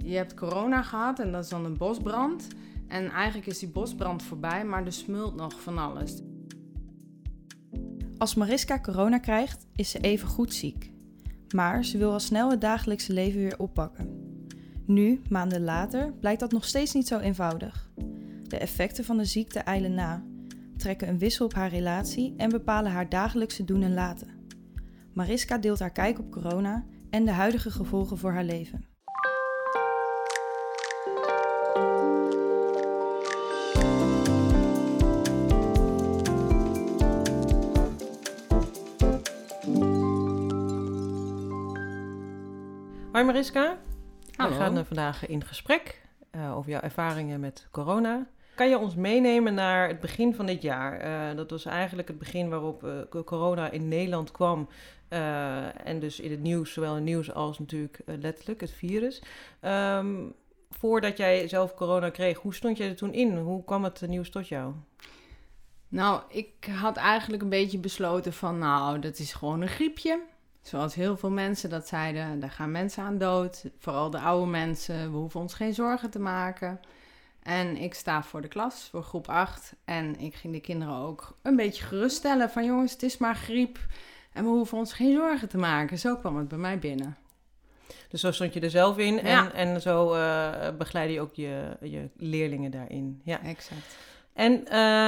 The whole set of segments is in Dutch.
je hebt corona gehad en dat is dan een bosbrand. En eigenlijk is die bosbrand voorbij, maar er smult nog van alles. Als Mariska corona krijgt, is ze even goed ziek. Maar ze wil al snel het dagelijkse leven weer oppakken. Nu, maanden later, blijkt dat nog steeds niet zo eenvoudig. De effecten van de ziekte eilen na, trekken een wissel op haar relatie en bepalen haar dagelijkse doen en laten. Mariska deelt haar kijk op corona en de huidige gevolgen voor haar leven. Hoi Mariska, Hallo. we gaan vandaag in gesprek over jouw ervaringen met corona. Kan je ons meenemen naar het begin van dit jaar? Dat was eigenlijk het begin waarop corona in Nederland kwam. En dus in het nieuws, zowel in het nieuws als natuurlijk letterlijk het virus. Voordat jij zelf corona kreeg, hoe stond je er toen in? Hoe kwam het nieuws tot jou? Nou, ik had eigenlijk een beetje besloten van, dat is gewoon een griepje. Zoals heel veel mensen dat zeiden, daar gaan mensen aan dood. Vooral de oude mensen, we hoeven ons geen zorgen te maken. En ik sta voor de klas, voor groep 8. En ik ging de kinderen ook een beetje geruststellen van, jongens, het is maar griep. En we hoeven ons geen zorgen te maken. Zo kwam het bij mij binnen. Dus zo stond je er zelf in Ja. en zo begeleidde je ook je leerlingen daarin. Ja, Exact. En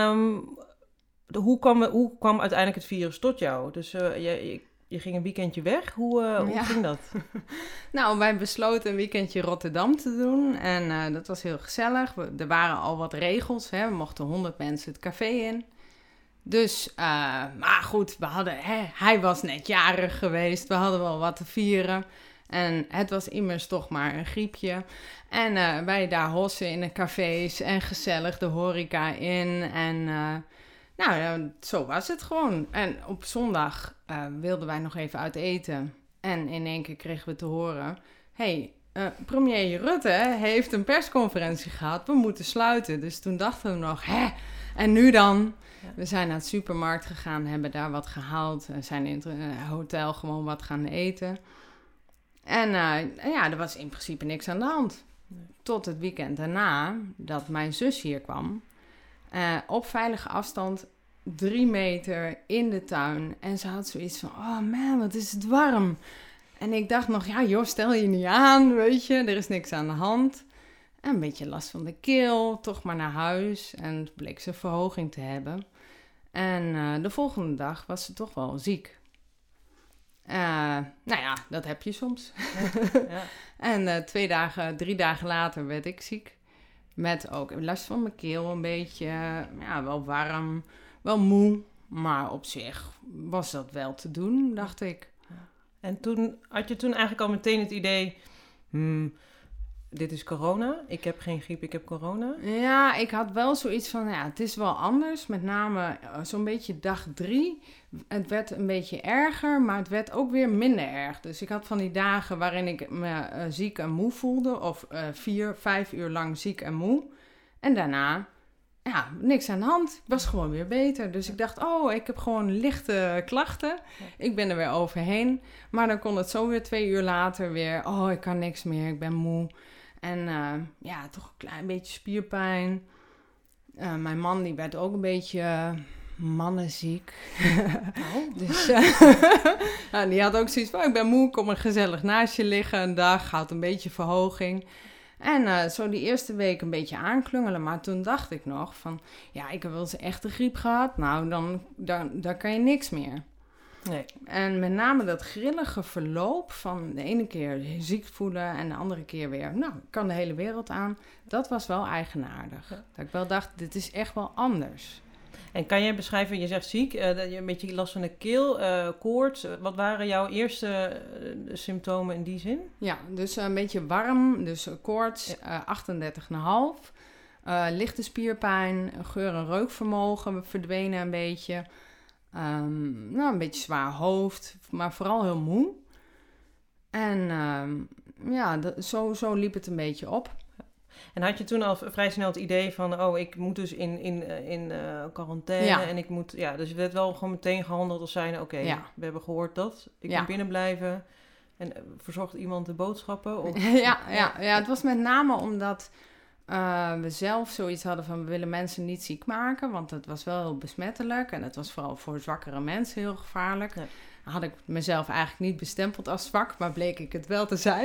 hoe kwam uiteindelijk het virus tot jou? Dus je ging een weekendje weg. Hoe ging dat? Nou, wij besloten een weekendje Rotterdam te doen. En dat was heel gezellig. Er waren al wat regels. Hè. We mochten 100 mensen het café in. Dus, maar goed, hij was net jarig geweest. We hadden wel wat te vieren. En het was immers toch maar een griepje. En wij daar hossen in de cafés en gezellig de horeca in. En zo was het gewoon. En op zondag wilden wij nog even uit eten. En in één keer kregen we te horen, premier Rutte heeft een persconferentie gehad. We moeten sluiten. Dus toen dachten we nog, en nu dan? Ja. We zijn naar de supermarkt gegaan, hebben daar wat gehaald. We zijn in het hotel gewoon wat gaan eten. En er was in principe niks aan de hand. Nee. Tot het weekend daarna, dat mijn zus hier kwam. Op veilige afstand, 3 meter in de tuin. En ze had zoiets van, oh man, wat is het warm. En ik dacht nog, stel je niet aan, weet je. Er is niks aan de hand. En een beetje last van de keel, toch maar naar huis. En het bleek ze verhoging te hebben. En de volgende dag was ze toch wel ziek. Dat heb je soms. Ja. En 3 dagen later werd ik ziek. Met ook last van mijn keel een beetje. Wel warm, wel moe. Maar op zich was dat wel te doen, dacht ik. En had je toen eigenlijk al meteen het idee, dit is corona, ik heb geen griep, ik heb corona? Ja, ik had wel zoiets van, het is wel anders. Met name zo'n beetje dag 3. Het werd een beetje erger, maar het werd ook weer minder erg. Dus ik had van die dagen waarin ik me ziek en moe voelde. Of 4-5 uur lang ziek en moe. En daarna, niks aan de hand. Ik was gewoon weer beter. Dus ik dacht, ik heb gewoon lichte klachten. Ja. Ik ben er weer overheen. Maar dan kon het zo weer 2 uur later weer, ik kan niks meer, ik ben moe. En toch een klein beetje spierpijn. Mijn man die werd ook een beetje mannenziek. Dus die had ook zoiets van, ik ben moe, kom er gezellig naast je liggen een dag. Had een beetje verhoging. En zo die eerste week een beetje aanklungelen. Maar toen dacht ik nog van, ik heb wel eens echt de griep gehad. Nou, dan kan je niks meer. Nee. En met name dat grillige verloop van de ene keer ziek voelen en de andere keer weer, ik kan de hele wereld aan. Dat was wel eigenaardig. Ja. Dat ik wel dacht, dit is echt wel anders. En kan jij beschrijven, je zegt ziek, dat je een beetje last van de keel, koorts. Wat waren jouw eerste symptomen in die zin? Ja, dus een beetje warm, dus koorts, 38,5. Lichte spierpijn, geur- en reukvermogen verdwenen een beetje. Een beetje zwaar hoofd, maar vooral heel moe. En zo liep het een beetje op. En had je toen al vrij snel het idee van, ik moet dus in quarantaine en ik moet, dus je werd wel gewoon meteen gehandeld als zijnde, we hebben gehoord dat, ik moet binnen blijven. En verzorgde iemand de boodschappen? Of... Ja, het was met name omdat we zelf zoiets hadden van... we willen mensen niet ziek maken, want het was wel heel besmettelijk. En het was vooral voor zwakkere mensen heel gevaarlijk. Ja. Had ik mezelf eigenlijk niet bestempeld als zwak, maar bleek ik het wel te zijn.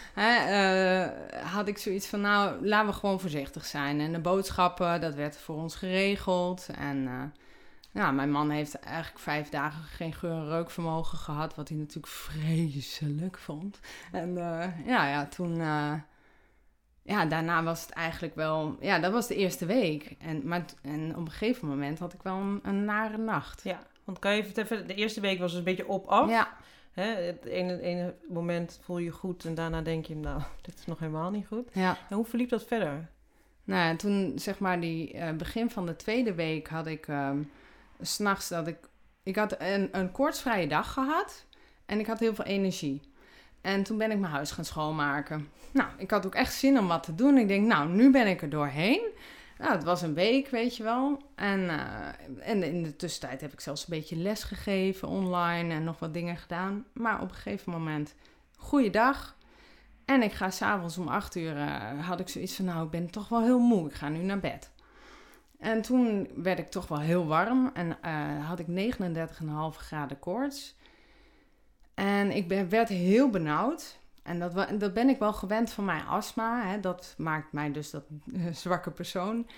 Had ik zoiets van, nou, laten we gewoon voorzichtig zijn. En de boodschappen, dat werd voor ons geregeld. En mijn man heeft eigenlijk 5 dagen geen geur- en reukvermogen gehad, wat hij natuurlijk vreselijk vond. En toen... daarna was het eigenlijk wel... Ja, dat was de eerste week. En op een gegeven moment had ik wel een nare nacht. Ja, want kan je even... De eerste week was dus een beetje op-af. Ja. Het ene moment voel je je goed en daarna denk je... Nou, dit is nog helemaal niet goed. Ja. En hoe verliep dat verder? Nou ja, toen zeg maar begin van de tweede week had ik... 's nachts dat ik had een koortsvrije dag gehad. En ik had heel veel energie. En toen ben ik mijn huis gaan schoonmaken. Nou, ik had ook echt zin om wat te doen. Ik denk, nou, nu ben ik er doorheen. Nou, het was een week, weet je wel. En in de tussentijd heb ik zelfs een beetje les gegeven online en nog wat dingen gedaan. Maar op een gegeven moment, goeiedag. En ik ga 's avonds om 8:00, had ik zoiets van, nou, ik ben toch wel heel moe. Ik ga nu naar bed. En toen werd ik toch wel heel warm en had ik 39,5 graden koorts. En ik werd heel benauwd. En dat ben ik wel gewend van mijn astma. Hè. Dat maakt mij dus dat zwakke persoon.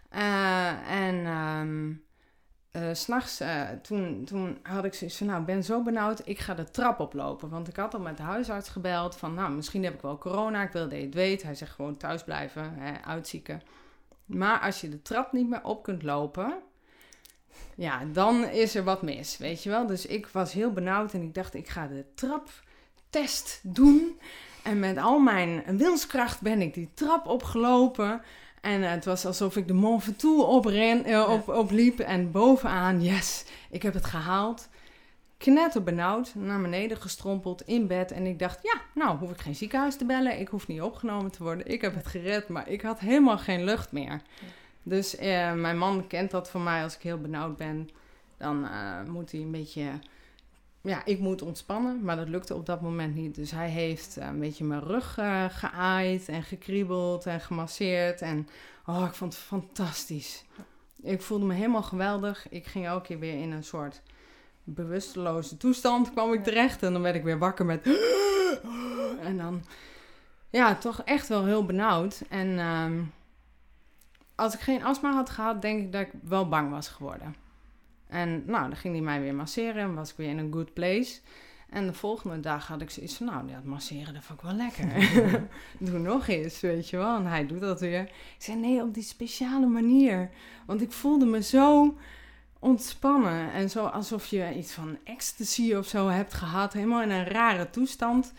's nachts, toen had ik zoiets van... Nou, ik ben zo benauwd, ik ga de trap oplopen. Want ik had al met de huisarts gebeld van... Nou, misschien heb ik wel corona, ik wil dat je het weet. Hij zegt gewoon thuis blijven, uitzieken. Maar als je de trap niet meer op kunt lopen... Ja, dan is er wat mis, weet je wel. Dus ik was heel benauwd en ik dacht, ik ga de traptest doen. En met al mijn wilskracht ben ik die trap opgelopen. En het was alsof ik de Mont Ventoux opliep. En bovenaan, yes, ik heb het gehaald. Knetterbenauwd, naar beneden gestrompeld in bed. En ik dacht, ja, nou hoef ik geen ziekenhuis te bellen. Ik hoef niet opgenomen te worden. Ik heb het gered, maar ik had helemaal geen lucht meer. Ja. Dus mijn man kent dat van mij. Als ik heel benauwd ben, dan moet hij een beetje... Ja, ik moet ontspannen, maar dat lukte op dat moment niet. Dus hij heeft een beetje mijn rug geaaid en gekriebeld en gemasseerd. En ik vond het fantastisch. Ik voelde me helemaal geweldig. Ik ging elke keer weer in een soort bewusteloze toestand kwam ik terecht. En dan werd ik weer wakker met... En dan, ja, toch echt wel heel benauwd. En... als ik geen astma had gehad, denk ik dat ik wel bang was geworden. En nou, dan ging hij mij weer masseren en was ik weer in een good place. En de volgende dag had ik zoiets van, nou, dat masseren, dat vond ik wel lekker. Doe nog eens, weet je wel. En hij doet dat weer. Ik zei, nee, op die speciale manier. Want ik voelde me zo ontspannen. En zo alsof je iets van ecstasy of zo hebt gehad. Helemaal in een rare toestand.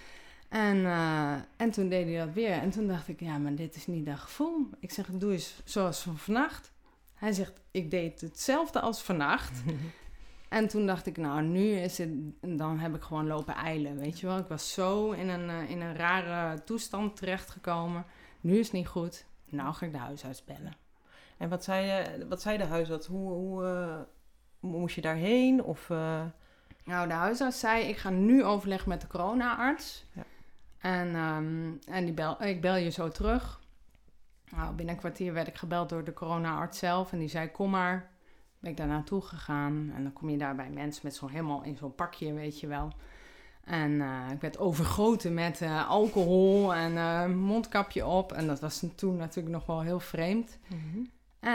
En toen deed hij dat weer. En toen dacht ik, ja, maar dit is niet dat gevoel. Ik zeg, doe eens zoals van vannacht. Hij zegt, ik deed hetzelfde als vannacht. En toen dacht ik, nou, nu is het... Dan heb ik gewoon lopen eilen, weet je wel. Ik was zo in een rare toestand terechtgekomen. Nu is het niet goed. Nou ga ik de huisarts bellen. En wat zei de huisarts? Hoe moest je daarheen? Of... Nou, de huisarts zei, ik ga nu overleggen met de corona-arts. Ja. En ik bel je zo terug. Nou, binnen een kwartier werd ik gebeld door de corona-arts zelf. En die zei, kom maar. Ben ik daar naartoe gegaan. En dan kom je daar bij mensen met helemaal in zo'n pakje, weet je wel. En ik werd overgoten met alcohol en mondkapje op. En dat was toen natuurlijk nog wel heel vreemd. Mm-hmm.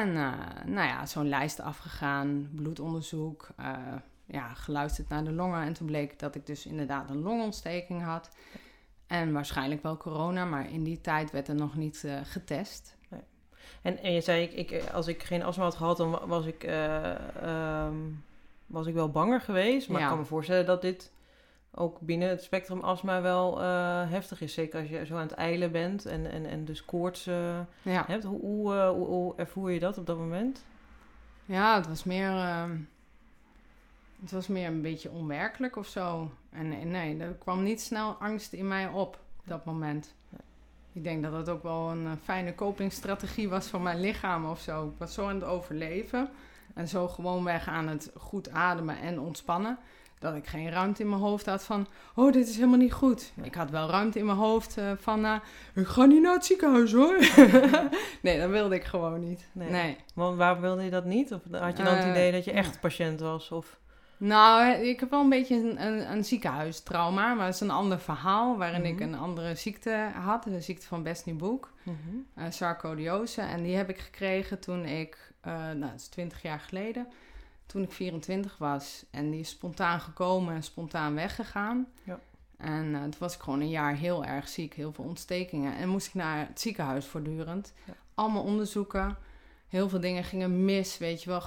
En zo'n lijst afgegaan, bloedonderzoek... geluisterd naar de longen. En toen bleek dat ik dus inderdaad een longontsteking had. En waarschijnlijk wel corona, maar in die tijd werd er nog niet getest. Nee. En je zei, als ik geen astma had gehad, dan was ik wel banger geweest. Maar ik kan me voorstellen dat dit ook binnen het spectrum astma wel heftig is. Zeker als je zo aan het eilen bent en dus koorts hebt. Hoe ervoer je dat op dat moment? Ja, het was meer... Het was meer een beetje onwerkelijk of zo. En nee, er kwam niet snel angst in mij op dat moment. Nee. Ik denk dat het ook wel een fijne copingstrategie was van mijn lichaam of zo. Ik was zo aan het overleven. En zo gewoonweg aan het goed ademen en ontspannen. dat ik geen ruimte in mijn hoofd had van, oh, dit is helemaal niet goed. Ja. Ik had wel ruimte in mijn hoofd van, ik ga niet naar het ziekenhuis hoor. Nee, dat wilde ik gewoon niet. Nee. Want waar wilde je dat niet? Of had je dan het idee dat je echt patiënt was? Of? Nou, ik heb wel een beetje een ziekenhuistrauma, maar dat is een ander verhaal waarin ik een andere ziekte had. De ziekte van Besnier-Boek, sarcoïdose. En die heb ik gekregen toen ik, dat is 20 jaar geleden, toen ik 24 was. En die is spontaan gekomen en spontaan weggegaan. Ja. En toen was ik gewoon een jaar heel erg ziek, heel veel ontstekingen. En moest ik naar het ziekenhuis voortdurend. Ja. Allemaal onderzoeken. Heel veel dingen gingen mis, weet je wel.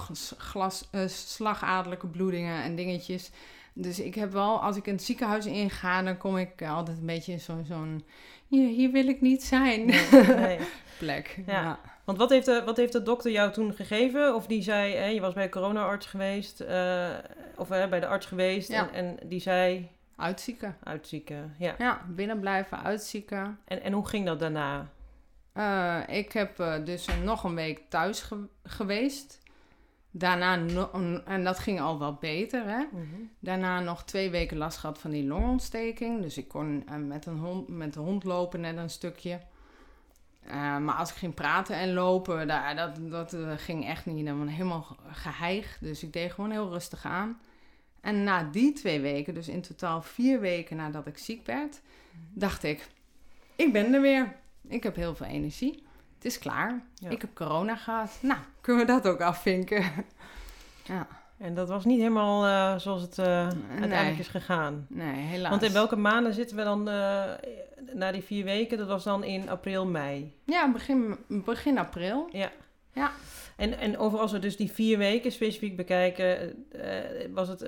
Slagadelijke bloedingen en dingetjes. Dus ik heb wel, als ik in het ziekenhuis inga, dan kom ik altijd een beetje in zo'n hier wil ik niet zijn Nee. plek. Ja. Ja. Want wat heeft de dokter jou toen gegeven? Of die zei, je was bij een corona-arts geweest, of bij de arts geweest en die zei... Uitzieken, ja. Ja, binnen blijven, uitzieken. En hoe ging dat daarna? Ik heb dus nog een week thuis geweest. Daarna, en dat ging al wat beter, hè. Daarna nog 2 weken last gehad van die longontsteking. Dus ik kon met de hond lopen net een stukje. Maar als ik ging praten en lopen, dat ging echt niet. Dan was ik helemaal geheigd. Dus ik deed gewoon heel rustig aan. En na die 2 weken, dus in totaal 4 weken nadat ik ziek werd, dacht ik ben er weer. Ik heb heel veel energie. Het is klaar. Ja. Ik heb corona gehad. Nou, kunnen we dat ook afvinken? Ja. En dat was niet helemaal zoals het uiteindelijk is gegaan. Nee, helaas. Want in welke maanden zitten we dan na die 4 weken? Dat was dan in april, mei? Ja, begin april. Ja. En over als we dus die 4 weken specifiek bekijken, was het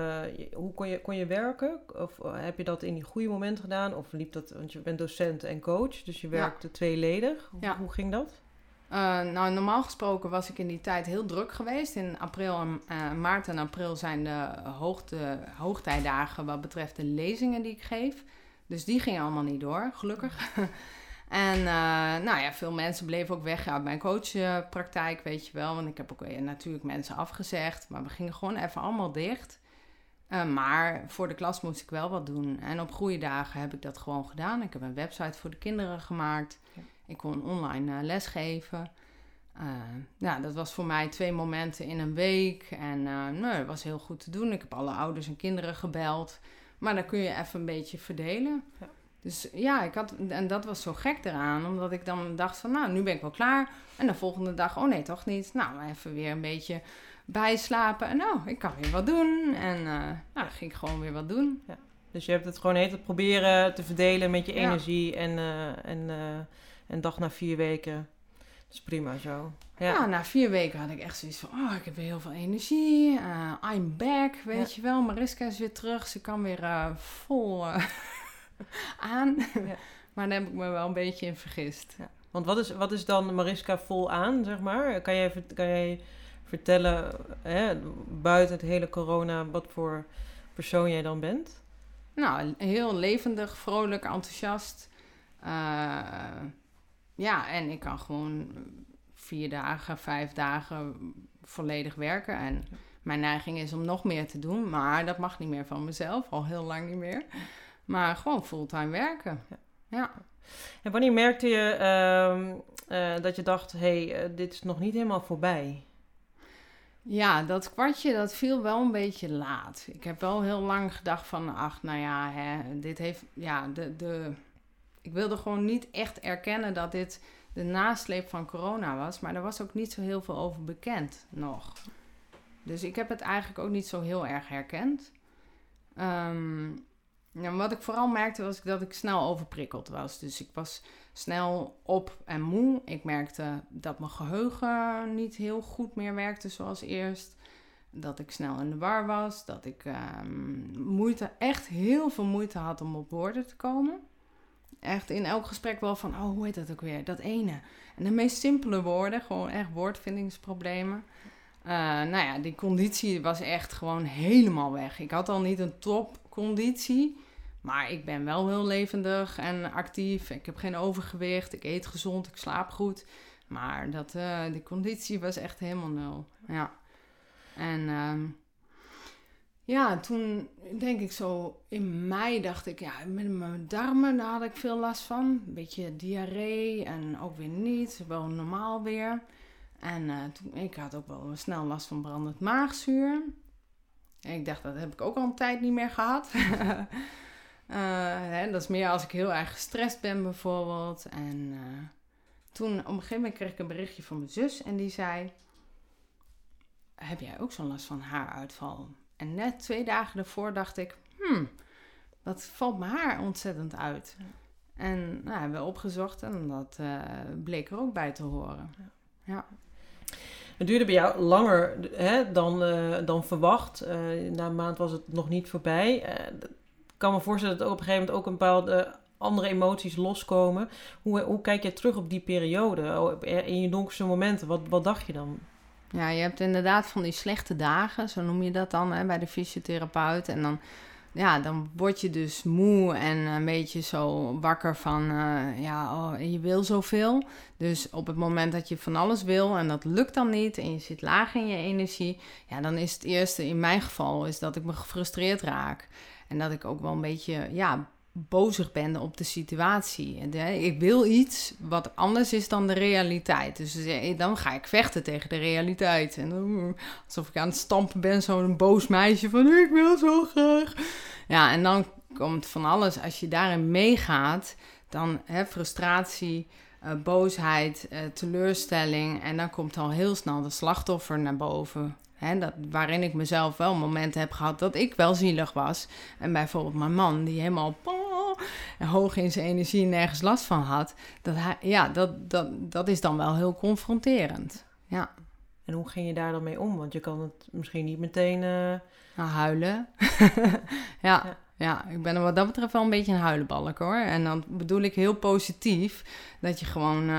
hoe kon je werken? Of heb je dat in die goede moment gedaan? Of liep dat, want je bent docent en coach, dus je werkte tweeledig. Hoe ging dat? Nou, normaal gesproken was ik in die tijd heel druk geweest. In maart en april zijn de hoogtijdagen wat betreft de lezingen die ik geef. Dus die gingen allemaal niet door, gelukkig. En veel mensen bleven ook weg uit mijn coachpraktijk, weet je wel. Want ik heb ook natuurlijk mensen afgezegd. Maar we gingen gewoon even allemaal dicht. Maar voor de klas moest ik wel wat doen. En op goede dagen heb ik dat gewoon gedaan. Ik heb een website voor de kinderen gemaakt. Ja. Ik kon online lesgeven. Dat was voor mij 2 momenten in een week. En dat was heel goed te doen. Ik heb alle ouders en kinderen gebeld. Maar dan kun je even een beetje verdelen. Ja. Dus ja, en dat was zo gek eraan. Omdat ik dan dacht van, nu ben ik wel klaar. En de volgende dag, oh nee, toch niet. Nou, even weer een beetje bijslapen. En ik kan weer wat doen. En dan ging ik gewoon weer wat doen. Ja. Dus je hebt het gewoon even proberen te verdelen met je energie. En dag na 4 weken. Dat is prima zo. Ja, na 4 weken had ik echt zoiets van, ik heb weer heel veel energie. I'm back, weet je wel. Mariska is weer terug. Ze kan weer vol aan. Ja. Maar daar heb ik me wel een beetje in vergist. Ja. Want wat is dan Mariska vol aan, zeg maar? Kan jij vertellen, buiten het hele corona, wat voor persoon jij dan bent? Nou, heel levendig, vrolijk, enthousiast. En ik kan gewoon 4 dagen, 5 dagen volledig werken. En mijn neiging is om nog meer te doen. Maar dat mag niet meer van mezelf, al heel lang niet meer. Maar gewoon fulltime werken. Ja. En wanneer merkte je dat je dacht, dit is nog niet helemaal voorbij? Ja, dat kwartje, dat viel wel een beetje laat. Ik heb wel heel lang gedacht van, dit heeft... Ja, ik wilde gewoon niet echt erkennen dat dit de nasleep van corona was. Maar er was ook niet zo heel veel over bekend nog. Dus ik heb het eigenlijk ook niet zo heel erg herkend. Wat ik vooral merkte was dat ik snel overprikkeld was. Dus ik was snel op en moe. Ik merkte dat mijn geheugen niet heel goed meer werkte zoals eerst. Dat ik snel in de war was. Dat ik echt heel veel moeite had om op woorden te komen. Echt in elk gesprek wel van, hoe heet dat ook weer? Dat ene. En de meest simpele woorden, gewoon echt woordvindingsproblemen. Die conditie was echt gewoon helemaal weg. Ik had al niet een topconditie, maar ik ben wel heel levendig en actief. Ik heb geen overgewicht, ik eet gezond, ik slaap goed. Maar die conditie was echt helemaal nul. Ja. En Ja, toen denk ik zo in mei dacht ik, ja, met mijn darmen, daar had ik veel last van. Een beetje diarree en ook weer niet, wel normaal weer. En ik had ook wel snel last van brandend maagzuur. En ik dacht, dat heb ik ook al een tijd niet meer gehad. Dat is meer als ik heel erg gestrest ben bijvoorbeeld. En toen op een gegeven moment kreeg ik een berichtje van mijn zus en die zei, heb jij ook zo'n last van haaruitval? En net 2 dagen ervoor dacht ik, dat valt mijn haar ontzettend uit. Ja. En hebben we opgezocht en dat bleek er ook bij te horen. Ja. Het duurde bij jou langer dan verwacht. Na een maand was het nog niet voorbij. Ik kan me voorstellen dat op een gegeven moment ook een bepaalde andere emoties loskomen. Hoe kijk je terug op die periode? In je donkerste momenten, wat dacht je dan? Ja, je hebt inderdaad van die slechte dagen, zo noem je dat dan bij de fysiotherapeut. En dan word je dus moe en een beetje zo wakker van, je wil zoveel. Dus op het moment dat je van alles wil en dat lukt dan niet en je zit laag in je energie, ja, dan is het eerste in mijn geval is dat ik me gefrustreerd raak. En dat ik ook wel een beetje, bozig ben op de situatie. Ik wil iets wat anders is dan de realiteit. Dus dan ga ik vechten tegen de realiteit. En dan, alsof ik aan het stampen ben, zo'n boos meisje van ik wil zo graag. Ja, en dan komt van alles. Als je daarin meegaat, dan frustratie, boosheid, teleurstelling. En dan komt al heel snel de slachtoffer naar boven. Waarin ik mezelf wel momenten heb gehad dat ik wel zielig was. En bijvoorbeeld mijn man, die helemaal hoog in zijn energie nergens last van had. Dat is dan wel heel confronterend. Ja. En hoe ging je daar dan mee om? Want je kan het misschien niet meteen... huilen. Ja, ik ben er wat dat betreft wel een beetje een huilenbalk hoor. En dan bedoel ik heel positief. Dat je gewoon,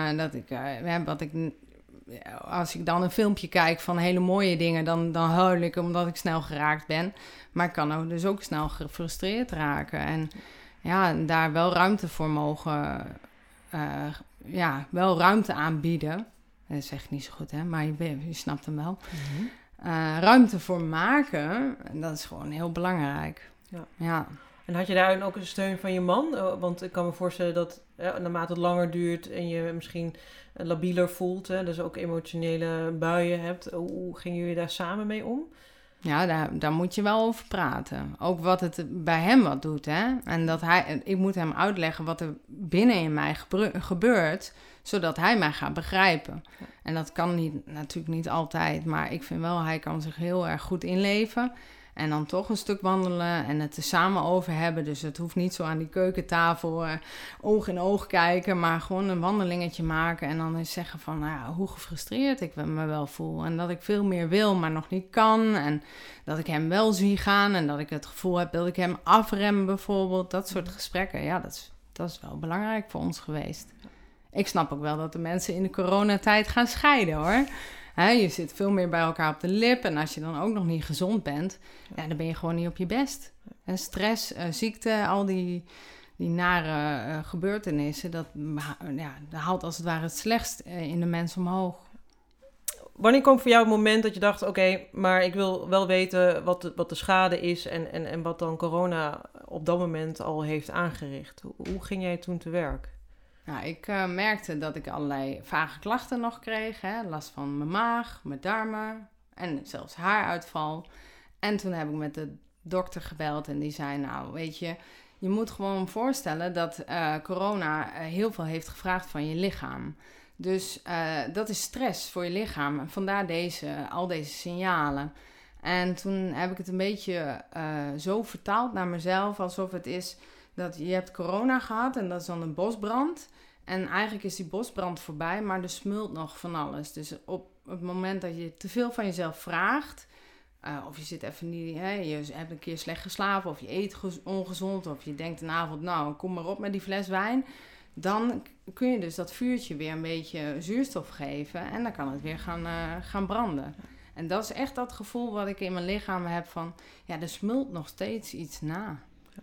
als ik dan een filmpje kijk van hele mooie dingen, dan huil ik omdat ik snel geraakt ben. Maar ik kan dus ook snel gefrustreerd raken. En daar wel ruimte voor mogen, wel ruimte aanbieden. Dat zeg ik niet zo goed, hè, maar je snapt hem wel. Mm-hmm. Ruimte voor maken, dat is gewoon heel belangrijk. Ja. En had je daarin ook een steun van je man? Want ik kan me voorstellen dat naarmate het langer duurt en je misschien labieler voelt, dus ook emotionele buien hebt. Hoe gingen jullie daar samen mee om? Ja, daar moet je wel over praten. Ook wat het bij hem wat doet, hè. En ik moet hem uitleggen wat er binnen in mij gebeurt, zodat hij mij gaat begrijpen. Ja. En dat kan natuurlijk niet altijd, maar ik vind wel, hij kan zich heel erg goed inleven. En dan toch een stuk wandelen en het er samen over hebben. Dus het hoeft niet zo aan die keukentafel oog in oog kijken, maar gewoon een wandelingetje maken. En dan eens zeggen van, hoe gefrustreerd ik me wel voel. En dat ik veel meer wil, maar nog niet kan. En dat ik hem wel zie gaan en dat ik het gevoel heb dat ik hem afrem bijvoorbeeld. Dat soort gesprekken, dat is wel belangrijk voor ons geweest. Ik snap ook wel dat de mensen in de coronatijd gaan scheiden, hoor. Je zit veel meer bij elkaar op de lip. En als je dan ook nog niet gezond bent, dan ben je gewoon niet op je best. En stress, ziekte, al die nare gebeurtenissen, dat haalt als het ware het slechtst in de mens omhoog. Wanneer kwam voor jou het moment dat je dacht, oké, maar ik wil wel weten wat de schade is en wat dan corona op dat moment al heeft aangericht? Hoe ging jij toen te werk? Nou, ik merkte dat ik allerlei vage klachten nog kreeg. Last van mijn maag, mijn darmen en zelfs haaruitval. En toen heb ik met de dokter gebeld en die zei, nou weet je, je moet gewoon voorstellen dat corona heel veel heeft gevraagd van je lichaam. Dus dat is stress voor je lichaam. En vandaar al deze signalen. En toen heb ik het een beetje zo vertaald naar mezelf, alsof het is dat je hebt corona gehad en dat is dan een bosbrand. En eigenlijk is die bosbrand voorbij, maar er smult nog van alles. Dus op het moment dat je te veel van jezelf vraagt, of je zit even niet, je hebt een keer slecht geslapen, of je eet ongezond, of je denkt een avond, nou kom maar op met die fles wijn, dan kun je dus dat vuurtje weer een beetje zuurstof geven en dan kan het weer gaan branden. En dat is echt dat gevoel wat ik in mijn lichaam heb van, er smult nog steeds iets na.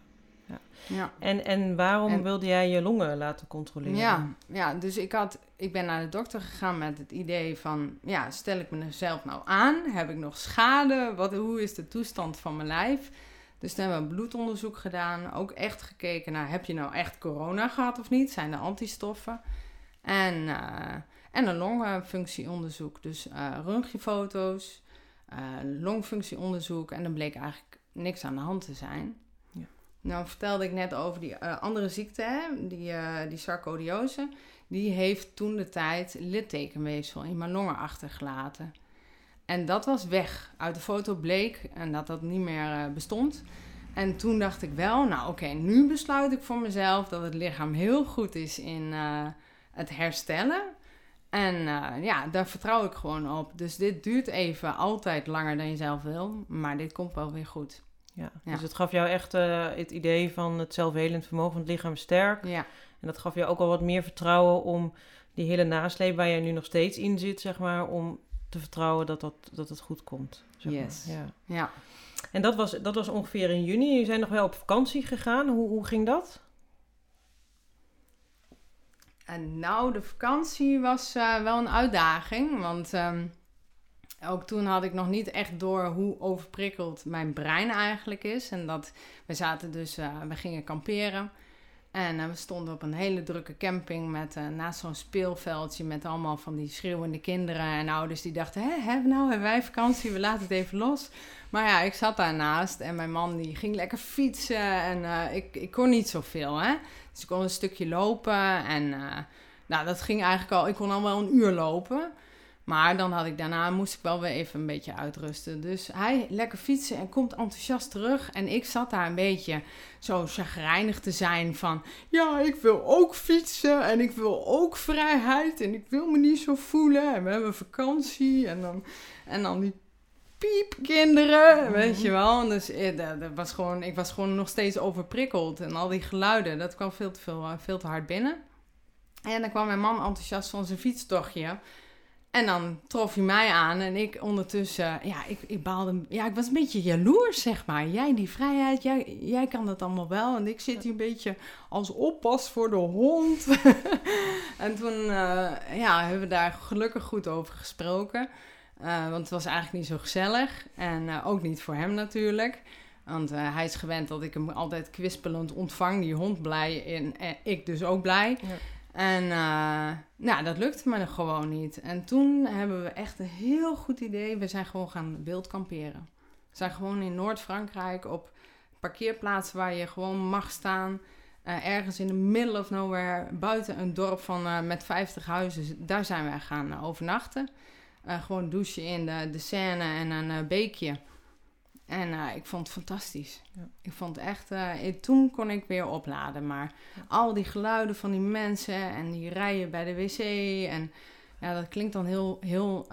Ja. En waarom wilde jij je longen laten controleren? Ja, dus ik ben naar de dokter gegaan met het idee van, stel ik mezelf nou aan? Heb ik nog schade? Hoe is de toestand van mijn lijf? Dus toen hebben we een bloedonderzoek gedaan. Ook echt gekeken naar, heb je nou echt corona gehad of niet? Zijn er antistoffen? En een longfunctieonderzoek. Dus röntgenfoto's, longfunctieonderzoek. En dan bleek eigenlijk niks aan de hand te zijn. Ja. Nou vertelde ik net over die andere ziekte, hè? Die sarcoïdose. Die heeft toen de tijd littekenweefsel in mijn longen achtergelaten. En dat was weg. Uit de foto bleek en dat niet meer bestond. En toen dacht ik wel, nu besluit ik voor mezelf dat het lichaam heel goed is in het herstellen. En daar vertrouw ik gewoon op. Dus dit duurt even altijd langer dan je zelf wil. Maar dit komt wel weer goed. Ja. Dus het gaf jou echt het idee van het zelfhelend vermogen van het lichaam sterk. Ja. En dat gaf jou ook al wat meer vertrouwen om die hele nasleep waar je nu nog steeds in zit, zeg maar, om te vertrouwen dat het goed komt. Zeg yes. maar. Ja. En dat was ongeveer in juni. Je zijn nog wel op vakantie gegaan. Hoe ging dat? En de vakantie was wel een uitdaging. Want ook toen had ik nog niet echt door hoe overprikkeld mijn brein eigenlijk is. En we gingen kamperen. En we stonden op een hele drukke camping met naast zo'n speelveldje met allemaal van die schreeuwende kinderen en ouders die dachten, hebben wij vakantie, we laten het even los. Maar ik zat daarnaast en mijn man die ging lekker fietsen en ik kon niet zoveel, hè. Dus ik kon een stukje lopen en dat ging eigenlijk al, ik kon al wel een uur lopen. Maar daarna moest ik wel weer even een beetje uitrusten. Dus hij lekker fietsen en komt enthousiast terug. En ik zat daar een beetje zo chagrijnig te zijn van, ik wil ook fietsen en ik wil ook vrijheid en ik wil me niet zo voelen. En we hebben vakantie en dan die piepkinderen, weet je wel. Dus ik was gewoon nog steeds overprikkeld. En al die geluiden, dat kwam veel te hard binnen. En dan kwam mijn man enthousiast van zijn fietstochtje. En dan trof hij mij aan en ik ondertussen, ik baalde, ik was een beetje jaloers, zeg maar. Jij die vrijheid, jij kan dat allemaal wel. En ik zit hier een beetje als oppas voor de hond. En toen hebben we daar gelukkig goed over gesproken. Want het was eigenlijk niet zo gezellig. En ook niet voor hem natuurlijk. Want hij is gewend dat ik hem altijd kwispelend ontvang. Die hond blij en ik dus ook blij. Ja. En dat lukte me gewoon niet. En toen hebben we echt een heel goed idee. We zijn gewoon gaan wild kamperen. We zijn gewoon in Noord-Frankrijk op parkeerplaatsen waar je gewoon mag staan. Ergens in the middle of nowhere, buiten een dorp met 50 huizen. Daar zijn we gaan overnachten. Gewoon douchen in de Seine en een beekje. En ik vond het fantastisch. Ja. Ik vond echt, toen kon ik weer opladen. Maar al die geluiden van die mensen en die rijen bij de wc. En dat klinkt dan heel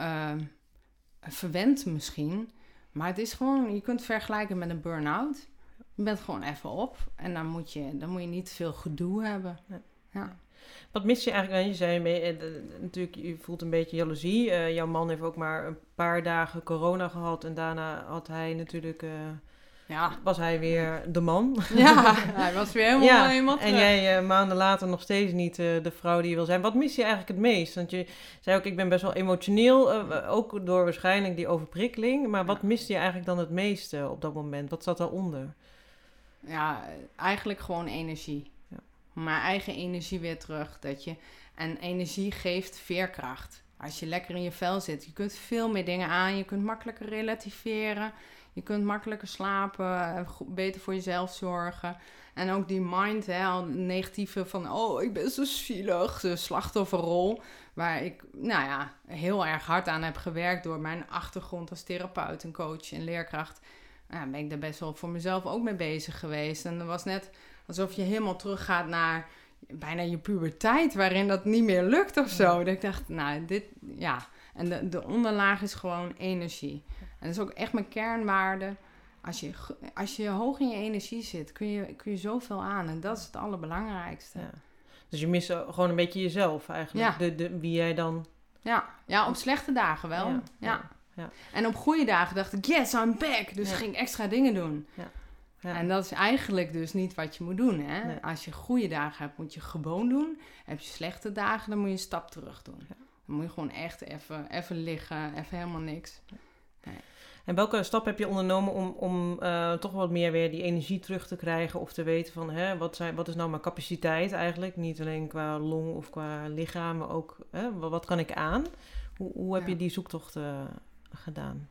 verwend misschien. Maar het is gewoon, je kunt het vergelijken met een burn-out. Je bent gewoon even op. En dan moet je niet veel gedoe hebben. Ja. Wat mis je eigenlijk? Je zei natuurlijk, je voelt een beetje jaloezie. Jouw man heeft ook maar een paar dagen corona gehad. En daarna had hij natuurlijk... was hij weer de man. Ja, hij was weer helemaal terug. En jij maanden later nog steeds niet de vrouw die je wil zijn. Wat mis je eigenlijk het meest? Want je zei ook, ik ben best wel emotioneel. Ook door waarschijnlijk die overprikkeling. Maar wat miste je eigenlijk dan het meeste op dat moment? Wat zat daaronder? Ja, eigenlijk gewoon energie. Mijn eigen energie weer terug. En energie geeft veerkracht. Als je lekker in je vel zit. Je kunt veel meer dingen aan. Je kunt makkelijker relativeren. Je kunt makkelijker slapen. Beter voor jezelf zorgen. En ook die mind. Al negatieve van... ik ben zo zielig. De slachtofferrol. Waar ik heel erg hard aan heb gewerkt. Door mijn achtergrond als therapeut en coach en leerkracht. Ben ik daar best wel voor mezelf ook mee bezig geweest. En dat was net... alsof je helemaal teruggaat naar bijna je puberteit, waarin dat niet meer lukt of zo. Dat ik dacht, En de onderlaag is gewoon energie. En dat is ook echt mijn kernwaarde. Als je hoog in je energie zit, kun je zoveel aan. En dat is het allerbelangrijkste. Ja. Dus je mist gewoon een beetje jezelf eigenlijk. Ja. Wie jij dan... Ja, op slechte dagen wel. Ja. En op goede dagen dacht ik, yes, I'm back. Dus ging ik extra dingen doen. Ja. En dat is eigenlijk dus niet wat je moet doen. Hè? Nee. Als je goede dagen hebt, moet je gewoon doen. Heb je slechte dagen, dan moet je een stap terug doen. Ja. Dan moet je gewoon echt even liggen, even helemaal niks. En welke stap heb je ondernomen om toch wat meer weer die energie terug te krijgen? Of te weten van, wat is nou mijn capaciteit eigenlijk? Niet alleen qua long of qua lichaam, maar ook, wat kan ik aan? Hoe heb je die zoektocht gedaan?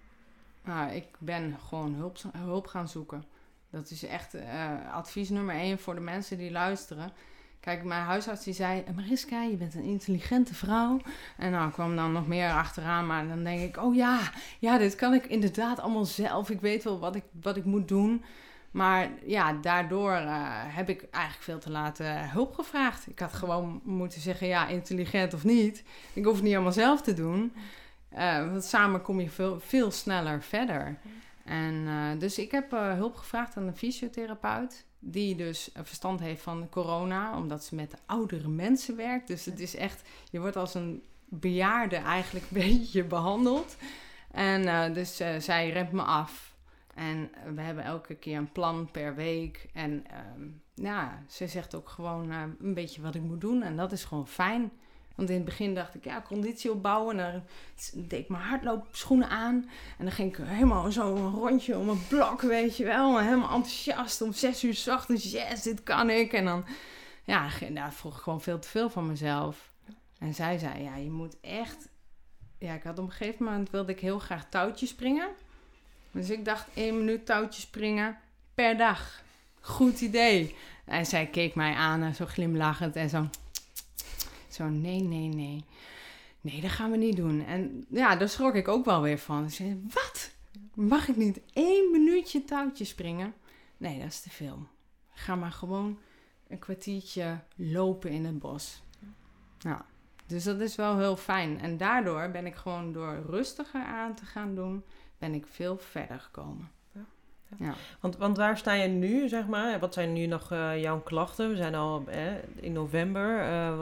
Ik ben gewoon hulp gaan zoeken. Dat is echt advies nummer 1 voor de mensen die luisteren. Kijk, mijn huisarts die zei, Mariska, je bent een intelligente vrouw. En nou kwam dan nog meer achteraan, maar dan denk ik, oh ja, dit kan ik inderdaad allemaal zelf. Ik weet wel wat ik moet doen. Maar ja, daardoor heb ik eigenlijk veel te laat hulp gevraagd. Ik had gewoon moeten zeggen, ja, intelligent of niet. Ik hoef het niet allemaal zelf te doen. Want samen kom je veel sneller verder. En dus ik heb hulp gevraagd aan een fysiotherapeut. Die dus verstand heeft van corona. Omdat ze met de oudere mensen werkt. Dus het is echt, je wordt als een bejaarde eigenlijk een beetje behandeld. En dus zij remt me af. En we hebben elke keer een plan per week. En ze zegt ook gewoon een beetje wat ik moet doen. En dat is gewoon fijn. Want in het begin dacht ik, conditie opbouwen. En dan deed ik mijn hardloopschoenen aan. En dan ging ik helemaal zo een rondje om een blok, weet je wel. En helemaal enthousiast om 6 uur 's ochtends. Yes, dit kan ik. En dan vroeg ik gewoon veel te veel van mezelf. En zij zei, je moet echt... Ja, ik had op een gegeven moment wilde ik heel graag touwtjes springen. Dus ik dacht 1 minuut touwtjes springen per dag. Goed idee. En zij keek mij aan, zo glimlachend en zo... Zo, nee. Nee, dat gaan we niet doen. En ja, daar schrok ik ook wel weer van. Ik zei, wat? Mag ik niet 1 minuutje touwtje springen? Nee, dat is te veel. Ga maar gewoon een kwartiertje lopen in het bos. Ja, dus dat is wel heel fijn. En daardoor ben ik gewoon door rustiger aan te gaan doen, ben ik veel verder gekomen. Ja. Want waar sta je nu, zeg maar? Wat zijn nu nog jouw klachten? We zijn al in november.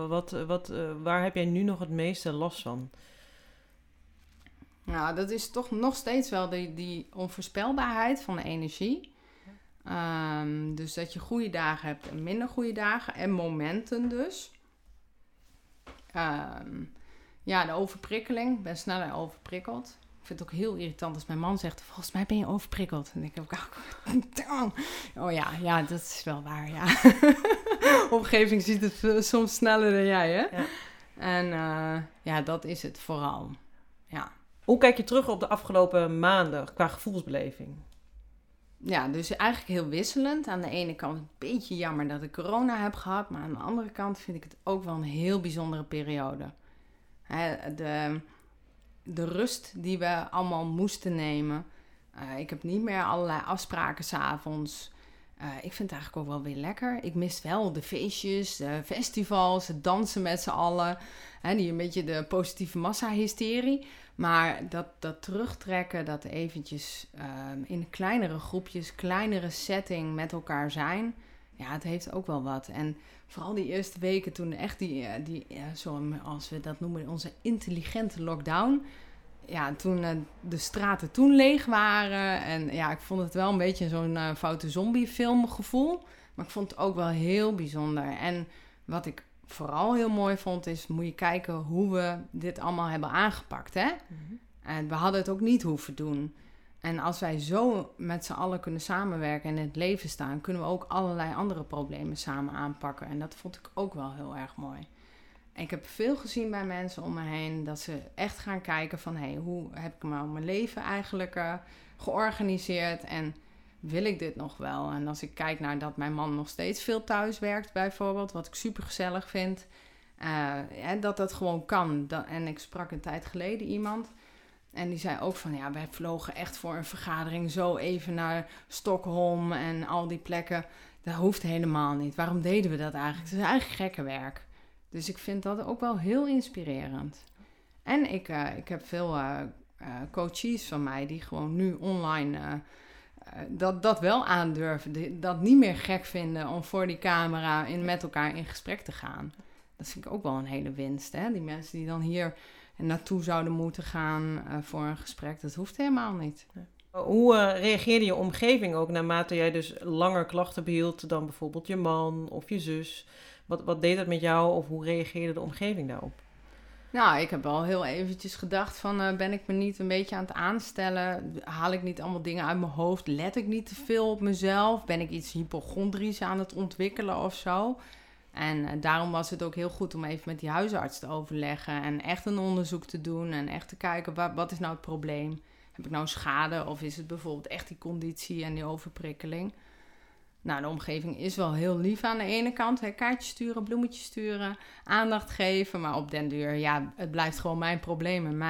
Waar heb jij nu nog het meeste last van? Nou, dat is toch nog steeds wel die onvoorspelbaarheid van de energie. Dus dat je goede dagen hebt en minder goede dagen. En momenten dus. De overprikkeling. Ik ben sneller overprikkeld. Ik vind het ook heel irritant als mijn man zegt, volgens mij ben je overprikkeld. En ik heb oh ja, dat is wel waar, ja. Omgeving ziet het soms sneller dan jij, hè? Ja. En dat is het vooral, ja. Hoe kijk je terug op de afgelopen maanden qua gevoelsbeleving? Ja, dus eigenlijk heel wisselend. Aan de ene kant een beetje jammer dat ik corona heb gehad. Maar aan de andere kant vind ik het ook wel een heel bijzondere periode. De rust die we allemaal moesten nemen. Ik heb niet meer allerlei afspraken 's avonds. Ik vind het eigenlijk ook wel weer lekker. Ik mis wel de feestjes, de festivals, het dansen met z'n allen. Die een beetje de positieve massa-hysterie. Maar dat terugtrekken, dat eventjes in kleinere groepjes, kleinere setting met elkaar zijn. Ja, het heeft ook wel wat. En vooral die eerste weken toen echt zoals we dat noemen, onze intelligente lockdown. Ja, toen de straten toen leeg waren. En ja, ik vond het wel een beetje zo'n foute zombiefilm gevoel. Maar ik vond het ook wel heel bijzonder. En wat ik vooral heel mooi vond is, moet je kijken hoe we dit allemaal hebben aangepakt, hè? Mm-hmm. En we hadden het ook niet hoeven doen. En als wij zo met z'n allen kunnen samenwerken en in het leven staan, kunnen we ook allerlei andere problemen samen aanpakken. En dat vond ik ook wel heel erg mooi. En ik heb veel gezien bij mensen om me heen dat ze echt gaan kijken van, hoe heb ik mijn leven eigenlijk georganiseerd en wil ik dit nog wel? En als ik kijk naar dat mijn man nog steeds veel thuis werkt bijvoorbeeld, wat ik super gezellig vind, dat gewoon kan. En ik sprak een tijd geleden iemand en die zei ook van, wij vlogen echt voor een vergadering zo even naar Stockholm en al die plekken. Dat hoeft helemaal niet. Waarom deden we dat eigenlijk? Het is eigenlijk gekke werk. Dus ik vind dat ook wel heel inspirerend. En ik heb veel coaches van mij die gewoon nu online dat wel aandurven. Dat niet meer gek vinden om voor die camera met elkaar in gesprek te gaan. Dat vind ik ook wel een hele winst. Hè? Die mensen die dan hier naartoe zouden moeten gaan voor een gesprek. Dat hoeft helemaal niet. Hoe reageerde je omgeving ook naarmate jij dus langer klachten behield dan bijvoorbeeld je man of je zus? Wat deed dat met jou of hoe reageerde de omgeving daarop? Nou, ik heb wel heel eventjes gedacht van, ben ik me niet een beetje aan het aanstellen? Haal ik niet allemaal dingen uit mijn hoofd? Let ik niet te veel op mezelf? Ben ik iets hypochondrisch aan het ontwikkelen of zo? En daarom was het ook heel goed om even met die huisarts te overleggen en echt een onderzoek te doen en echt te kijken, wat is nou het probleem? Heb ik nou schade of is het bijvoorbeeld echt die conditie en die overprikkeling? Nou, de omgeving is wel heel lief aan de ene kant. Hè, kaartjes sturen, bloemetjes sturen, aandacht geven. Maar op den duur, ja, het blijft gewoon mijn probleem en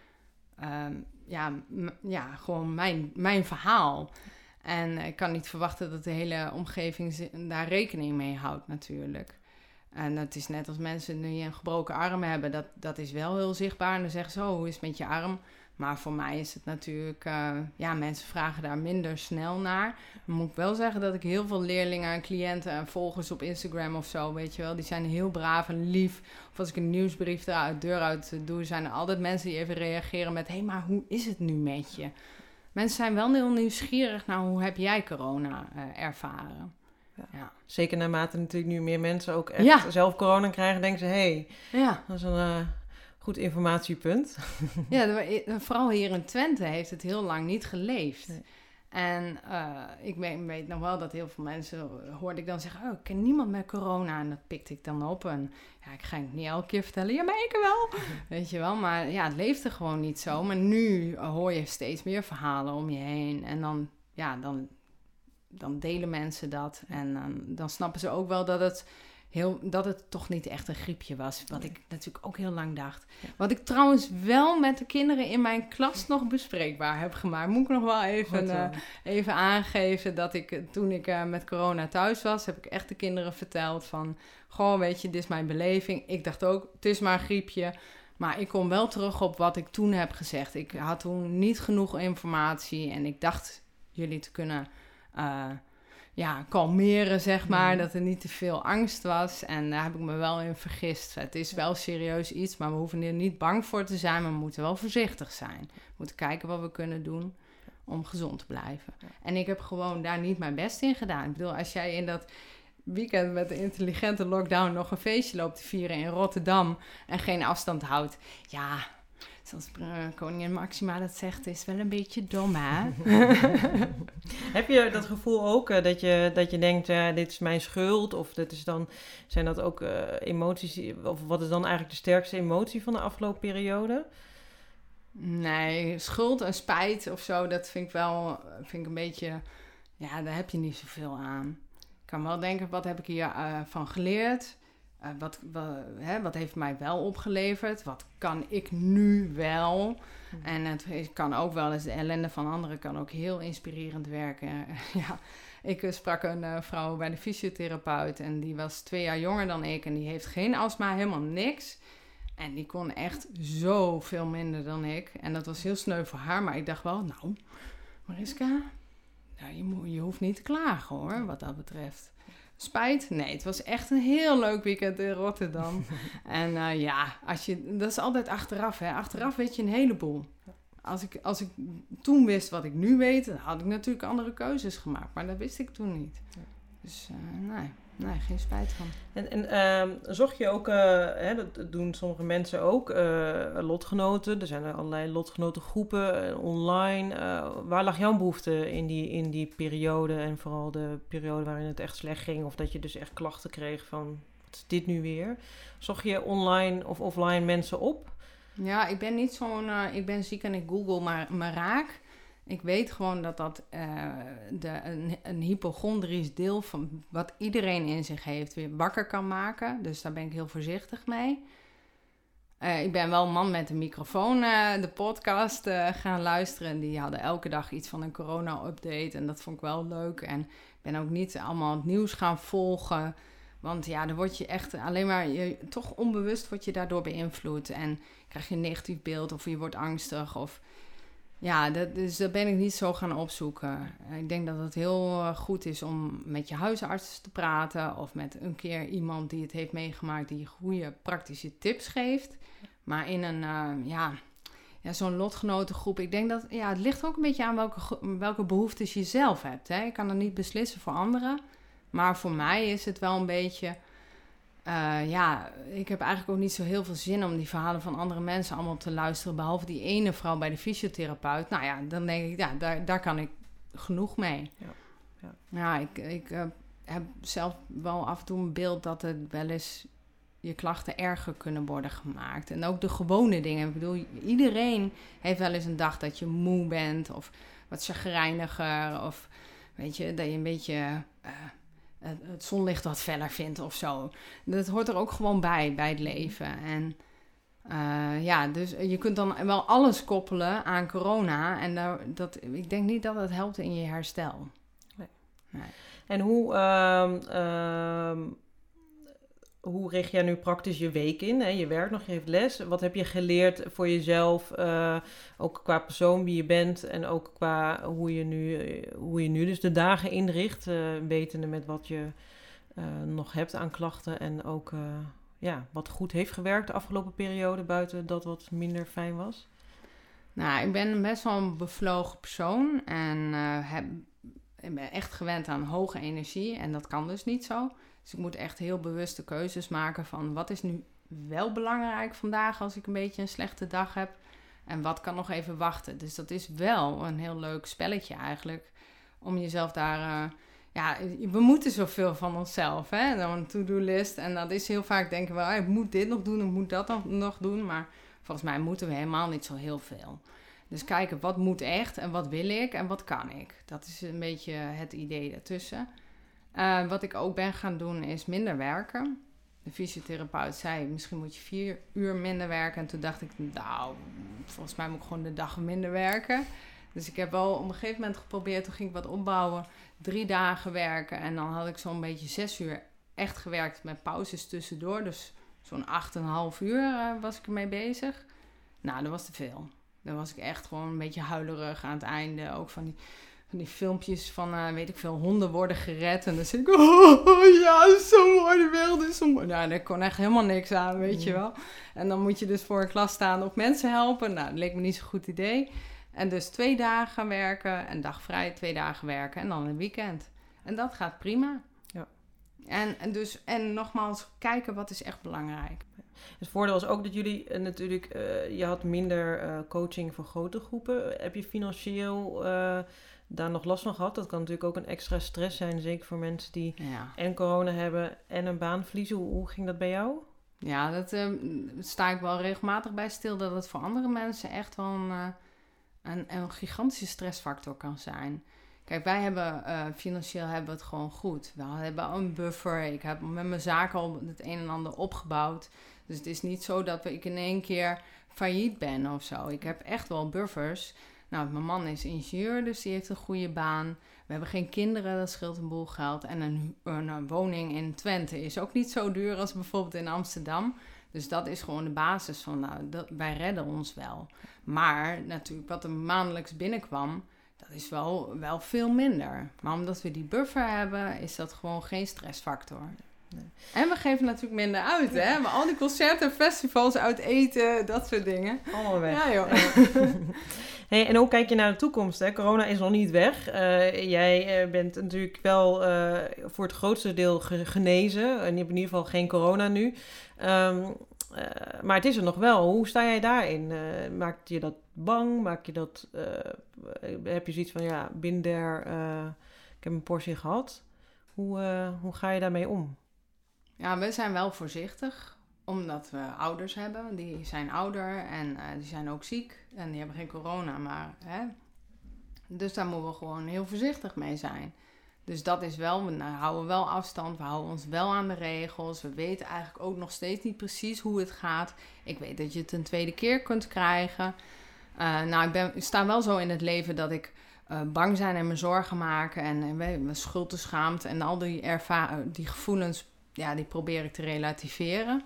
gewoon mijn verhaal. En ik kan niet verwachten dat de hele omgeving daar rekening mee houdt natuurlijk. En het is net als mensen die een gebroken arm hebben. Dat is wel heel zichtbaar. En dan zeggen ze, hoe is het met je arm? Maar voor mij is het natuurlijk... mensen vragen daar minder snel naar. Dan moet ik wel zeggen dat ik heel veel leerlingen en cliënten en volgers op Instagram of zo, weet je wel, die zijn heel braaf en lief. Of als ik een nieuwsbrief de deur uit doe, zijn er altijd mensen die even reageren met, hé, maar hoe is het nu met je? Mensen zijn wel heel nieuwsgierig naar hoe heb jij corona ervaren. Ja. Zeker naarmate natuurlijk nu meer mensen ook echt zelf corona krijgen, denken ze, dat is een goed informatiepunt. Ja, vooral hier in Twente heeft het heel lang niet geleefd. Nee. En ik weet nog wel dat heel veel mensen, hoorde ik dan zeggen, ik ken niemand met corona. En dat pikte ik dan op. En ja, ik ga het niet elke keer vertellen, ja, maar ik wel. Weet je wel, maar ja, het leefde gewoon niet zo. Maar nu hoor je steeds meer verhalen om je heen. En dan delen mensen dat. En dan snappen ze ook wel dat het toch niet echt een griepje was. Wat ik natuurlijk ook heel lang dacht. Ja. Wat ik trouwens wel met de kinderen in mijn klas nog bespreekbaar heb gemaakt. Moet ik nog wel even aangeven dat toen ik met corona thuis was, heb ik echt de kinderen verteld van, goh, weet je, dit is mijn beleving. Ik dacht ook, het is maar een griepje. Maar ik kom wel terug op wat ik toen heb gezegd. Ik had toen niet genoeg informatie en ik dacht jullie te kunnen kalmeren, zeg maar. Dat er niet te veel angst was. En daar heb ik me wel in vergist. Het is wel serieus iets, maar we hoeven er niet bang voor te zijn. Maar we moeten wel voorzichtig zijn. We moeten kijken wat we kunnen doen om gezond te blijven. Ja. En ik heb gewoon daar niet mijn best in gedaan. Ik bedoel, als jij in dat weekend met de intelligente lockdown nog een feestje loopt te vieren in Rotterdam en geen afstand houdt, ja, zoals koningin Maxima dat zegt, is wel een beetje dom, hè? Heb je dat gevoel ook dat je denkt, dit is mijn schuld? Of zijn dat ook emoties? Of wat is dan eigenlijk de sterkste emotie van de afgelopen periode? Nee, schuld en spijt of zo, dat vind ik een beetje, ja, daar heb je niet zoveel aan. Ik kan wel denken, wat heb ik hier van geleerd? Wat heeft mij wel opgeleverd? Wat kan ik nu wel? En het kan ook wel eens, de ellende van anderen kan ook heel inspirerend werken. Ja, ik sprak een vrouw bij de fysiotherapeut en die was 2 jaar jonger dan ik en die heeft geen astma, helemaal niks. En die kon echt zoveel minder dan ik. En dat was heel sneu voor haar, maar ik dacht wel, nou, Mariska, je hoeft niet te klagen hoor, wat dat betreft. Spijt? Nee, het was echt een heel leuk weekend in Rotterdam. En dat is altijd achteraf. Hè. Achteraf weet je een heleboel. Als ik toen wist wat ik nu weet, dan had ik natuurlijk andere keuzes gemaakt. Maar dat wist ik toen niet. Dus nee, geen spijt van. En zocht je ook, dat doen sommige mensen ook, lotgenoten. Er zijn er allerlei lotgenotengroepen online. Waar lag jouw behoefte in die periode? En vooral de periode waarin het echt slecht ging. Of dat je dus echt klachten kreeg van, wat is dit nu weer? Zocht je online of offline mensen op? Ja, ik ben niet ik ben ziek en ik google maar raak. Ik weet gewoon dat een hypochondrisch deel van wat iedereen in zich heeft weer wakker kan maken. Dus daar ben ik heel voorzichtig mee. Ik ben wel een man met een microfoon de podcast gaan luisteren. En die hadden elke dag iets van een corona-update. En dat vond ik wel leuk. En ik ben ook niet allemaal het nieuws gaan volgen. Want ja, dan word je echt alleen maar, toch onbewust word je daardoor beïnvloed. En krijg je een negatief beeld of je wordt angstig of... Ja, dus dat ben ik niet zo gaan opzoeken. Ik denk dat het heel goed is om met je huisarts te praten of met een keer iemand die het heeft meegemaakt die goede praktische tips geeft. Maar zo'n lotgenotengroep. Ik denk dat het ligt ook een beetje aan welke behoeftes je zelf hebt. Hè? Ik kan dat niet beslissen voor anderen. Maar voor mij is het wel een beetje... ik heb eigenlijk ook niet zo heel veel zin om die verhalen van andere mensen allemaal te luisteren. Behalve die ene vrouw bij de fysiotherapeut. Nou ja, dan denk ik, daar kan ik genoeg mee. Ik heb zelf wel af en toe een beeld dat het wel eens je klachten erger kunnen worden gemaakt. En ook de gewone dingen. Ik bedoel, iedereen heeft wel eens een dag dat je moe bent of wat chagrijniger. Of weet je, dat je een beetje het zonlicht wat feller vindt of zo. Dat hoort er ook gewoon bij het leven. En dus je kunt dan wel alles koppelen aan corona. En ik denk niet dat het helpt in je herstel. Nee. En hoe richt jij nu praktisch je week in? Hè? Je werkt nog, je geeft les. Wat heb je geleerd voor jezelf? Ook qua persoon wie je bent. En ook qua hoe je nu dus de dagen inricht. Wetende met wat je nog hebt aan klachten. En ook wat goed heeft gewerkt de afgelopen periode. Buiten dat wat minder fijn was. Nou, ik ben best wel een bevlogen persoon. En ik ben echt gewend aan hoge energie. En dat kan dus niet zo. Dus ik moet echt heel bewuste keuzes maken van wat is nu wel belangrijk vandaag als ik een beetje een slechte dag heb. En wat kan nog even wachten. Dus dat is wel een heel leuk spelletje eigenlijk. Om jezelf daar... we moeten zoveel van onszelf. Hè? Dan een to-do-list. En dat is heel vaak denken we, ik moet dit nog doen, ik moet dat nog doen. Maar volgens mij moeten we helemaal niet zo heel veel. Dus kijken, wat moet echt en wat wil ik en wat kan ik. Dat is een beetje het idee daartussen. Wat ik ook ben gaan doen is minder werken. De fysiotherapeut zei, misschien moet je 4 uur minder werken. En toen dacht ik, volgens mij moet ik gewoon de dag minder werken. Dus ik heb wel op een gegeven moment geprobeerd, toen ging ik wat opbouwen. 3 dagen werken en dan had ik zo'n beetje 6 uur echt gewerkt met pauzes tussendoor. Dus zo'n 8,5 uur was ik ermee bezig. Nou, dat was te veel. Dan was ik echt gewoon een beetje huilerig aan het einde. Ook van die filmpjes van, weet ik veel, honden worden gered. En dan zeg ik, zo mooi, de wereld is zo mooi. Nou, daar kon echt helemaal niks aan, weet je wel. En dan moet je dus voor een klas staan of mensen helpen. Nou, dat leek me niet zo'n goed idee. En dus 2 dagen gaan werken, een dag vrij, 2 dagen werken en dan een weekend. En dat gaat prima. Ja. En nogmaals, kijken wat is echt belangrijk. Het voordeel is ook dat jullie je had minder coaching voor grote groepen. Heb je financieel daar nog last van gehad? Dat kan natuurlijk ook een extra stress zijn, zeker voor mensen die en corona hebben en een baan verliezen. Hoe ging dat bij jou? Ja, dat sta ik wel regelmatig bij stil, dat het voor andere mensen echt wel een gigantische stressfactor kan zijn. Kijk, wij hebben financieel hebben we het gewoon goed. We hebben een buffer. Ik heb met mijn zaak al het een en ander opgebouwd. Dus het is niet zo dat ik in één keer failliet ben of zo. Ik heb echt wel buffers. Nou, mijn man is ingenieur, dus die heeft een goede baan. We hebben geen kinderen, dat scheelt een boel geld. En een woning in Twente is ook niet zo duur als bijvoorbeeld in Amsterdam. Dus dat is gewoon de basis van, wij redden ons wel. Maar natuurlijk wat er maandelijks binnenkwam, dat is wel veel minder. Maar omdat we die buffer hebben, is dat gewoon geen stressfactor. Nee. En we geven natuurlijk minder uit, hè? Maar al die concerten, festivals, uit eten, dat soort dingen. Allemaal weg. Ja, joh. Hey, en hoe kijk je naar de toekomst? Hè? Corona is nog niet weg. Jij bent natuurlijk wel voor het grootste deel genezen. En je hebt in ieder geval geen corona nu. Maar het is er nog wel. Hoe sta jij daarin? Maakt je dat bang? Heb je zoiets van, been there, ik heb een portie gehad. Hoe ga je daarmee om? Ja, we zijn wel voorzichtig. Omdat we ouders hebben. Die zijn ouder en die zijn ook ziek. En die hebben geen corona, maar... Dus daar moeten we gewoon heel voorzichtig mee zijn. Dus dat is wel... We houden wel afstand. We houden ons wel aan de regels. We weten eigenlijk ook nog steeds niet precies hoe het gaat. Ik weet dat je het een tweede keer kunt krijgen. Ik sta wel zo in het leven dat ik... bang zijn en me zorgen maken. En mijn schuld, de schaamte en al die gevoelens... Ja, die probeer ik te relativeren.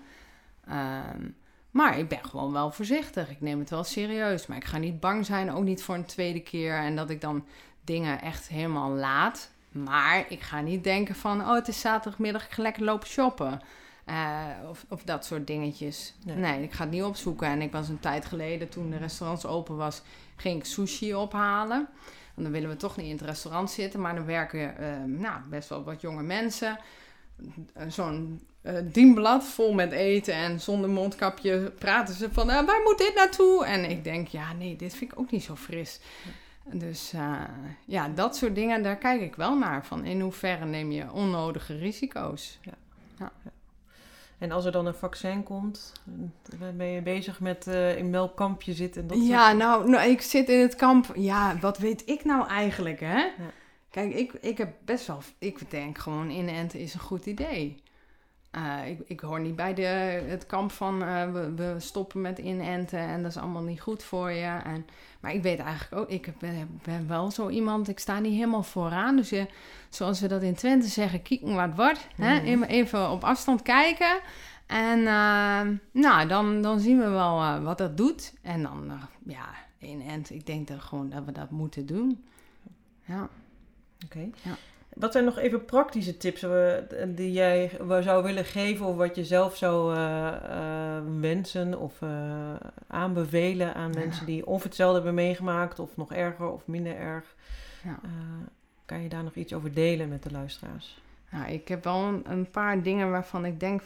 Maar ik ben gewoon wel voorzichtig. Ik neem het wel serieus. Maar ik ga niet bang zijn, ook niet voor een tweede keer. En dat ik dan dingen echt helemaal laat. Maar ik ga niet denken van... het is zaterdagmiddag, ik ga lekker lopen shoppen. Of dat soort dingetjes. Nee. Nee, ik ga het niet opzoeken. En ik was een tijd geleden, toen de restaurants open was, ging ik sushi ophalen. Want dan willen we toch niet in het restaurant zitten. Maar dan werken best wel wat jonge mensen. Zo'n dienblad vol met eten en zonder mondkapje praten ze van, waar moet dit naartoe? En ik denk, ja, nee, dit vind ik ook niet zo fris. Dus dat soort dingen, daar kijk ik wel naar. Van in hoeverre neem je onnodige risico's. Ja. Ja. En als er dan een vaccin komt, ben je bezig met in welk kamp je zit en dat Ja, soort... nou, ik zit in het kamp. Ja, wat weet ik nou eigenlijk, hè? Ja. Kijk, ik heb best wel... Ik denk gewoon inenten is een goed idee. Ik hoor niet bij het kamp van we stoppen met inenten en dat is allemaal niet goed voor je. Maar ik weet eigenlijk ook, ik ben wel zo iemand, ik sta niet helemaal vooraan. Dus zoals we dat in Twente zeggen, kieken wat wordt. Hè? Even op afstand kijken. En dan zien we wel wat dat doet. En dan, inent, ik denk dat we dat moeten doen. Ja. Oké. Ja. Wat zijn nog even praktische tips die jij zou willen geven of wat je zelf zou wensen of aanbevelen aan mensen die of hetzelfde hebben meegemaakt of nog erger of minder erg? Ja. Kan je daar nog iets over delen met de luisteraars? Nou, ik heb wel een paar dingen waarvan ik denk,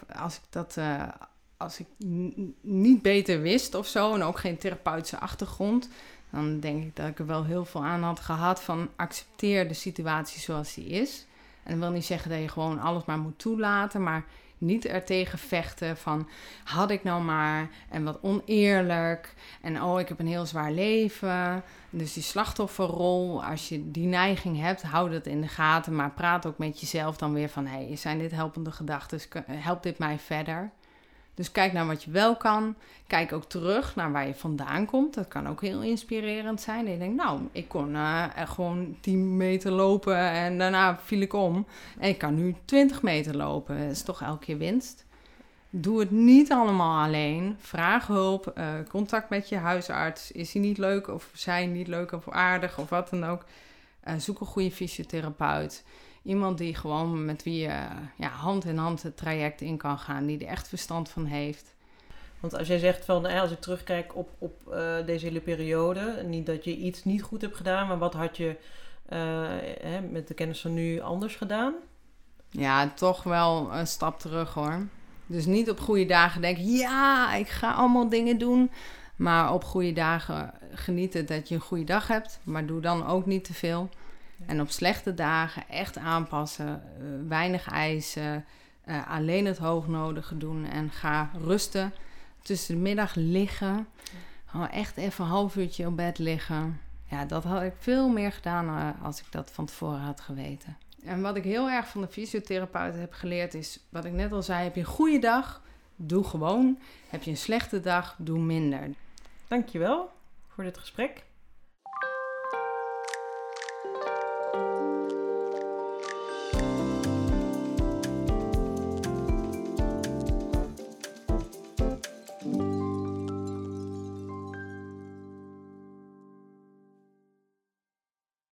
als ik niet beter wist of zo en ook geen therapeutische achtergrond, dan denk ik dat ik er wel heel veel aan had gehad van accepteer de situatie zoals die is. En dat wil niet zeggen dat je gewoon alles maar moet toelaten, maar niet ertegen vechten van had ik nou maar en wat oneerlijk en ik heb een heel zwaar leven. Dus die slachtofferrol, als je die neiging hebt, hou dat in de gaten, maar praat ook met jezelf dan weer van zijn dit helpende gedachten, helpt dit mij verder? Dus kijk naar wat je wel kan. Kijk ook terug naar waar je vandaan komt. Dat kan ook heel inspirerend zijn. En je denkt, ik kon gewoon 10 meter lopen en daarna viel ik om. En ik kan nu 20 meter lopen. Dat is toch elke keer winst. Doe het niet allemaal alleen. Vraag hulp. Contact met je huisarts. Is hij niet leuk of zij niet leuk of aardig of wat dan ook. Zoek een goede fysiotherapeut. Iemand die gewoon met wie je hand in hand het traject in kan gaan. Die er echt verstand van heeft. Want als jij zegt van, als ik terugkijk op deze hele periode. Niet dat je iets niet goed hebt gedaan. Maar wat had je met de kennis van nu anders gedaan? Ja, toch wel een stap terug hoor. Dus niet op goede dagen denken, ja, ik ga allemaal dingen doen. Maar op goede dagen genieten dat je een goede dag hebt. Maar doe dan ook niet te veel. En op slechte dagen echt aanpassen, weinig eisen, alleen het hoognodige doen en ga rusten. Tussen de middag liggen, gewoon echt even een half uurtje op bed liggen. Ja, dat had ik veel meer gedaan als ik dat van tevoren had geweten. En wat ik heel erg van de fysiotherapeuten heb geleerd is, wat ik net al zei, heb je een goede dag, doe gewoon. Heb je een slechte dag, doe minder. Dankjewel voor dit gesprek.